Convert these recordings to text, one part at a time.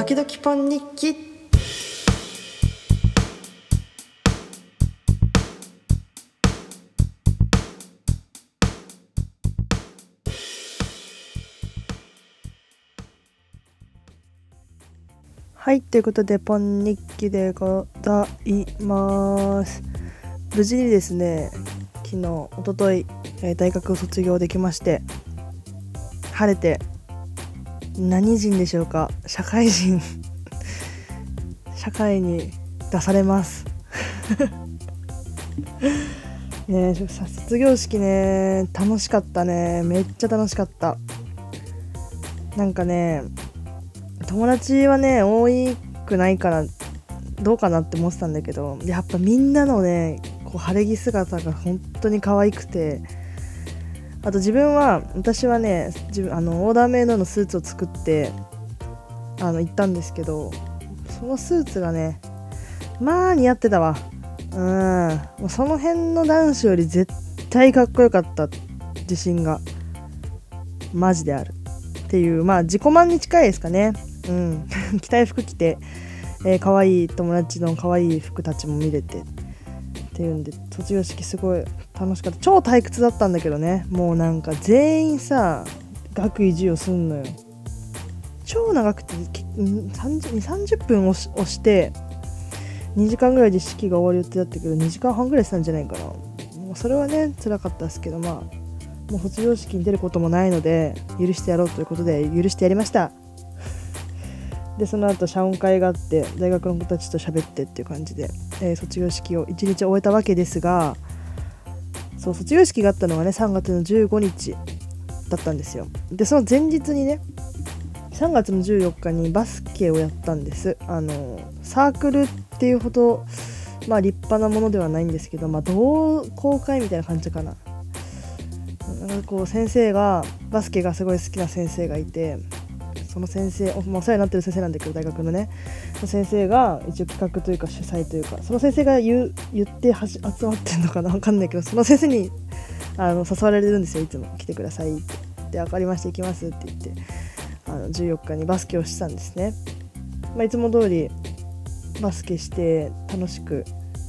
時々ポン日記。はい、ということでポン日記でございます。無事にですね、昨日一昨日大学を卒業できまして、晴れて何人でしょうか、社会人社会に出されますね。卒業式ね、楽しかったね。めっちゃ楽しかった。なんかね、友達はね多くないからどうかなって思ってたんだけど、やっぱみんなのねこう晴れ着姿が本当に可愛くて、あと私はねオーダーメイドのスーツを作って行ったんですけど、そのスーツがねまあ似合ってたわ。もうその辺の男子より絶対かっこよかった。自信がマジであるっていう、自己満に近いですかね。着たい服着て、可愛い友達の可愛い服たちも見れてっていうんで、卒業式すごい楽しかった。超退屈だったんだけどね、もうなんか全員さ学位授与すんのよ。超長くて30分押して2時間ぐらいで式が終わる予定だったけど2時間半ぐらいしたんじゃないかな。もうそれはね辛かったですけど、もう卒業式に出ることもないので許してやろうということで許してやりました。でその後謝恩会があって大学の子たちと喋ってっていう感じで、卒業式を1日終えたわけですが、そう卒業式があったのがね3月の15日だったんですよ。でその前日にね3月の14日にバスケをやったんです。サークルっていうほど立派なものではないんですけど、同好会みたいな感じかな。こう先生がバスケがすごい好きな先生がいて、その先生、お世話になってる先生なんだけど大学のね先生が一応企画というか主催というか、その先生が言って集まってんのかな分かんないけど、その先生に誘われるんですよ。いつも来てくださいってで、分かりました行きますって言って14日にバスケをしてたんですね。いつも通りバスケして楽しく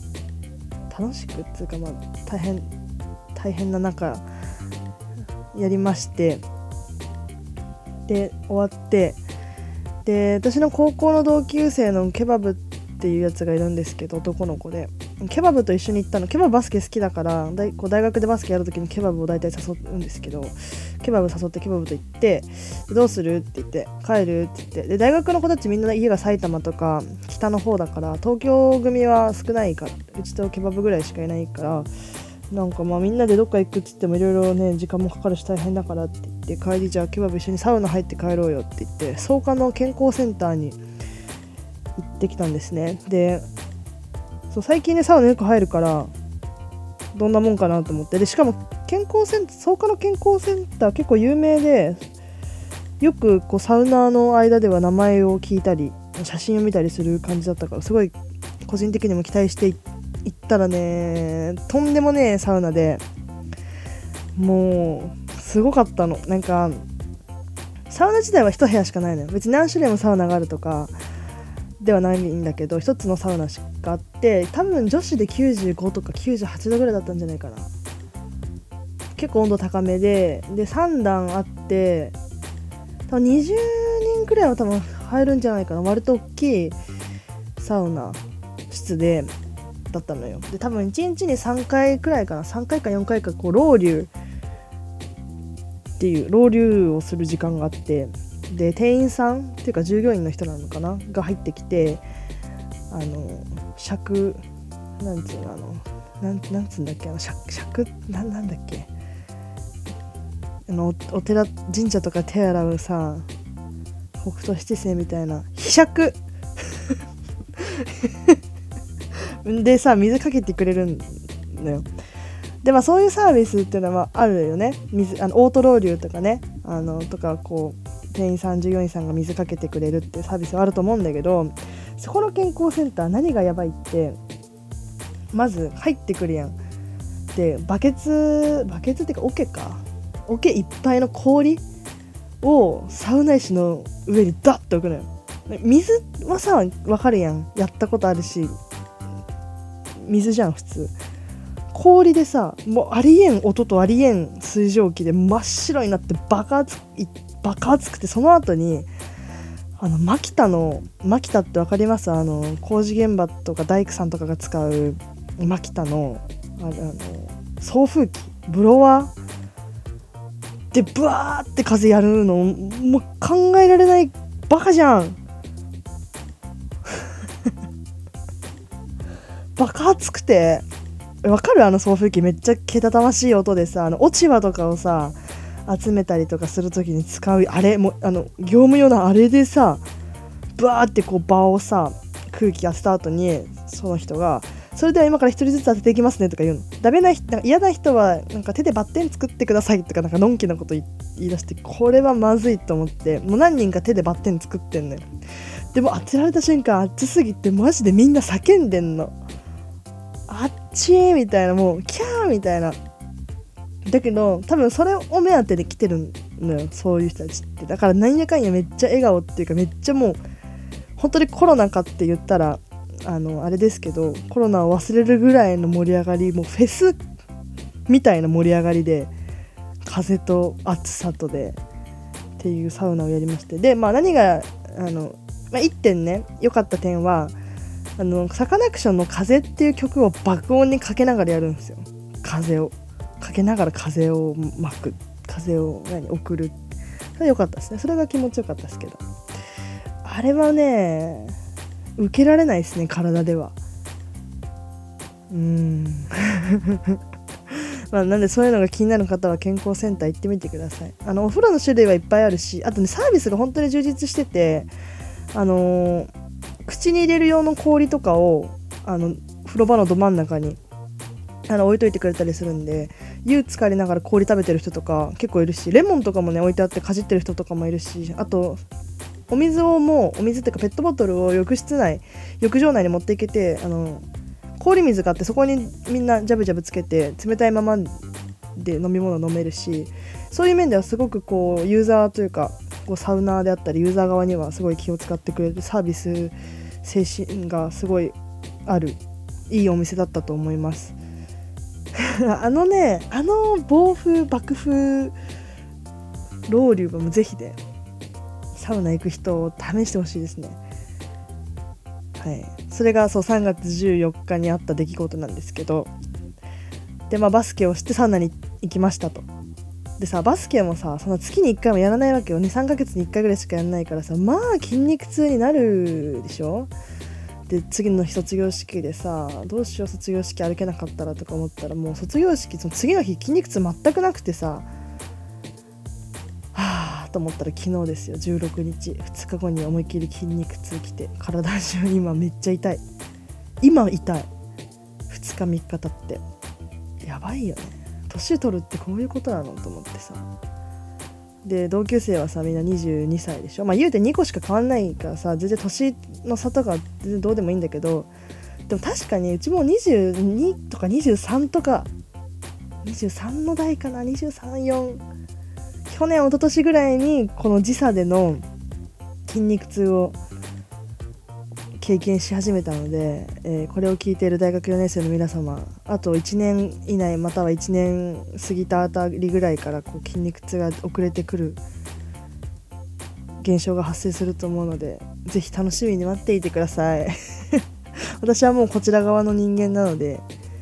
っていうか大変な中やりまして、で終わって、で私の高校の同級生のケバブっていうやつがいるんですけど、男の子でケバブと一緒に行ったの。ケバブバスケ好きだから大学でバスケやるときにケバブを大体誘うんですけど、ケバブ誘ってケバブと行って、どうするって言って帰るって言って、で大学の子たちみんな家が埼玉とか北の方だから東京組は少ないから、うちとケバブぐらいしかいないから、なんかみんなでどっか行くって言ってもいろいろね時間もかかるし大変だからって言って、帰りじゃあケバブ一緒にサウナ入って帰ろうよって言って草加の健康センターに行ってきたんですね。で最近ねサウナよく入るからどんなもんかなと思って、でしかも草加の健康センター結構有名で、よくこうサウナーの間では名前を聞いたり写真を見たりする感じだったから、すごい個人的にも期待して行ったらね、とんでもねえサウナで、もうすごかったの。なんかサウナ自体は1部屋しかないのよ。別に何種類もサウナがあるとかではないんだけど、一つのサウナしかあって、多分女子で95とか98度ぐらいだったんじゃないかな。結構温度高めで3段あって、多分20人くらいは多分入るんじゃないかな。割と大きいサウナ室だったのよ。で多分1日に3回くらいかな、3回か4回かこうロウリュっていうロウリュをする時間があって、で店員さんっていうか従業員の人なのかなが入ってきて、尺なんつうのなんつうんだっけ、尺なんだっけ、お寺神社とか手洗うさ北斗七星みたいな秘釈でさ水かけてくれるんだよ。でそういうサービスっていうのはあるよね。オートロウリュとかねとかこう店員さん従業員さんが水かけてくれるっていうサービスはあると思うんだけど、そこの健康センター何がやばいって、まず入ってくるやん。でバケツっていうか桶いっぱいの氷をサウナ石の上にダッと置くのよ。 水はさわかるやん、やったことあるし、水じゃん普通。氷でさ、もうありえん音とありえん水蒸気で真っ白になってバカ熱くて、その後にマキタってわかります？工事現場とか大工さんとかが使うマキタの送風機、ブロワーでブワーって風やるのもう考えられない、バカじゃんバカ熱くて、わかる？送風機めっちゃけたたましい音でさ、落ち葉とかをさ集めたりとかするときに使うあれも業務用のあれでさ、ブワーってこう場をさ空気当てた後にその人がそれでは今から一人ずつ当てていきますねとか言うの。ダメな人、なんか嫌な人はなんか手でバッテン作ってくださいとか、なんかのんきなこと言い出して、これはまずいと思って、もう何人か手でバッテン作ってんのよ。でも当てられた瞬間熱すぎてマジでみんな叫んでんの。あっちーみたいな、もうキャーみたいな。だけど多分それを目当てで来てるのよ、そういう人たちって。だからなんやかんやめっちゃ笑顔っていうか、めっちゃもう本当にコロナかって言ったらあれですけど、コロナを忘れるぐらいの盛り上がり、もうフェスみたいな盛り上がりで、風と暑さとでっていうサウナをやりまして、で何が1点ね良かった点は、サカナクションの風っていう曲を爆音にかけながらやるんですよ。風をかけながら風を巻く、風を送る。それ良かったですね。それが気持ちよかったですけど、あれはね受けられないですね、体では。なんでそういうのが気になる方は健康センター行ってみてください。お風呂の種類はいっぱいあるし、あとねサービスが本当に充実してて、口に入れる用の氷とかを風呂場のど真ん中に置いといてくれたりするんで、湯浸かりながら氷食べてる人とか結構いるし、レモンとかもね置いてあってかじってる人とかもいるし、あとお水っていうかペットボトルを浴場内に持っていけて、氷水があって、そこにみんなジャブジャブつけて冷たいままで飲み物飲めるし、そういう面ではすごくこうユーザーというかこうサウナーであったりユーザー側にはすごい気を使ってくれる、サービス精神がすごいあるいいお店だったと思います暴風爆風ロウリュはもうぜひでサウナ行く人を試してほしいですね。はい、それが3月14日にあった出来事なんですけど、でバスケをしてサウナに行きましたと。でさ、バスケもさその月に1回もやらないわけよね。3ヶ月に1回ぐらいしかやらないからさ、筋肉痛になるでしょ。で次の日卒業式でさ、どうしよう卒業式歩けなかったらとか思ったら、もう卒業式その次の日筋肉痛全くなくてさ、と思ったら昨日ですよ、16日2日後に思いっきり筋肉痛きて、体中に今めっちゃ痛い。2日3日経ってやばいよね。年取るってこういうことなのと思ってさ。で同級生はさみんな22歳でしょ。言うて2個しか変わんないからさ、全然年の差とか全然どうでもいいんだけど、でも確かにうちも22とか23とか23の代かな、23、4、去年一昨年ぐらいにこの時差での筋肉痛を経験し始めたので、これを聞いている大学4年生の皆様、あと1年以内または1年過ぎたあたりぐらいからこう筋肉痛が遅れてくる現象が発生すると思うので、ぜひ楽しみに待っていてください私はもうこちら側の人間なので、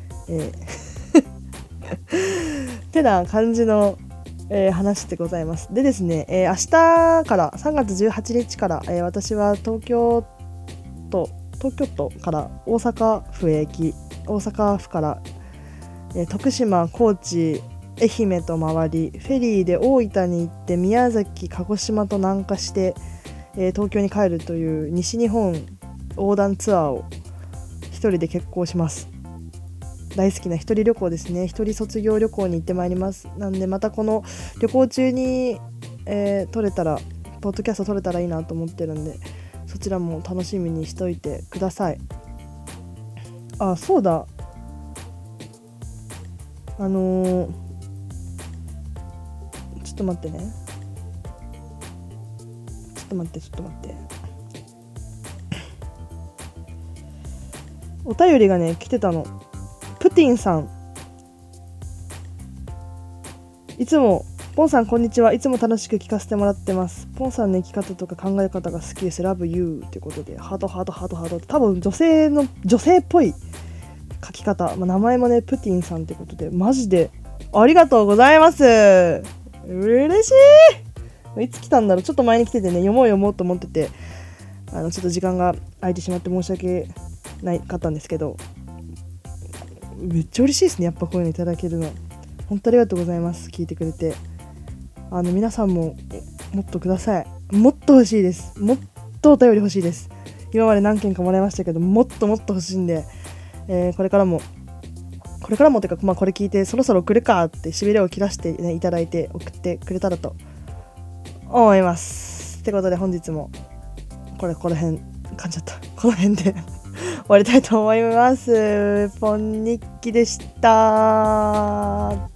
てな感じの話でございます。でですね、明日から3月18日から、私は東京都から大阪府から、徳島、高知、愛媛と回り、フェリーで大分に行って宮崎、鹿児島と南下して、東京に帰るという西日本横断ツアーを一人で決行します。大好きな一人旅行ですね。一人卒業旅行に行ってまいります。なんでまたこの旅行中に、ポッドキャスト撮れたらいいなと思ってるんで、そちらも楽しみにしといてください。そうだ、ちょっと待って。 お便りがね来てたの。プティンさん、いつもポンさんこんにちは、いつも楽しく聞かせてもらってます。ポンさんの生き方とか考え方が好きです。 Love you ってことでハートハートハートハート、多分女性っぽい書き方、名前もねプティンさんってことで、マジでありがとうございます。嬉しい。いつ来たんだろう。ちょっと前に来ててね、読もうと思ってて、ちょっと時間が空いてしまって申し訳ないかったんですけど、めっちゃ嬉しいですね。やっぱこういうのいただけるの本当ありがとうございます。聞いてくれて、皆さんももっとください。もっと欲しいです。もっとお便り欲しいです。今まで何件かもらいましたけど、もっと欲しいんで、これからもてか、これ聞いてそろそろ送るかってしびれを切らして、ね、いただいて送ってくれたらと思います。ってことで本日もこの辺噛んじゃった。この辺で終わりたいと思います。ポン日記でした。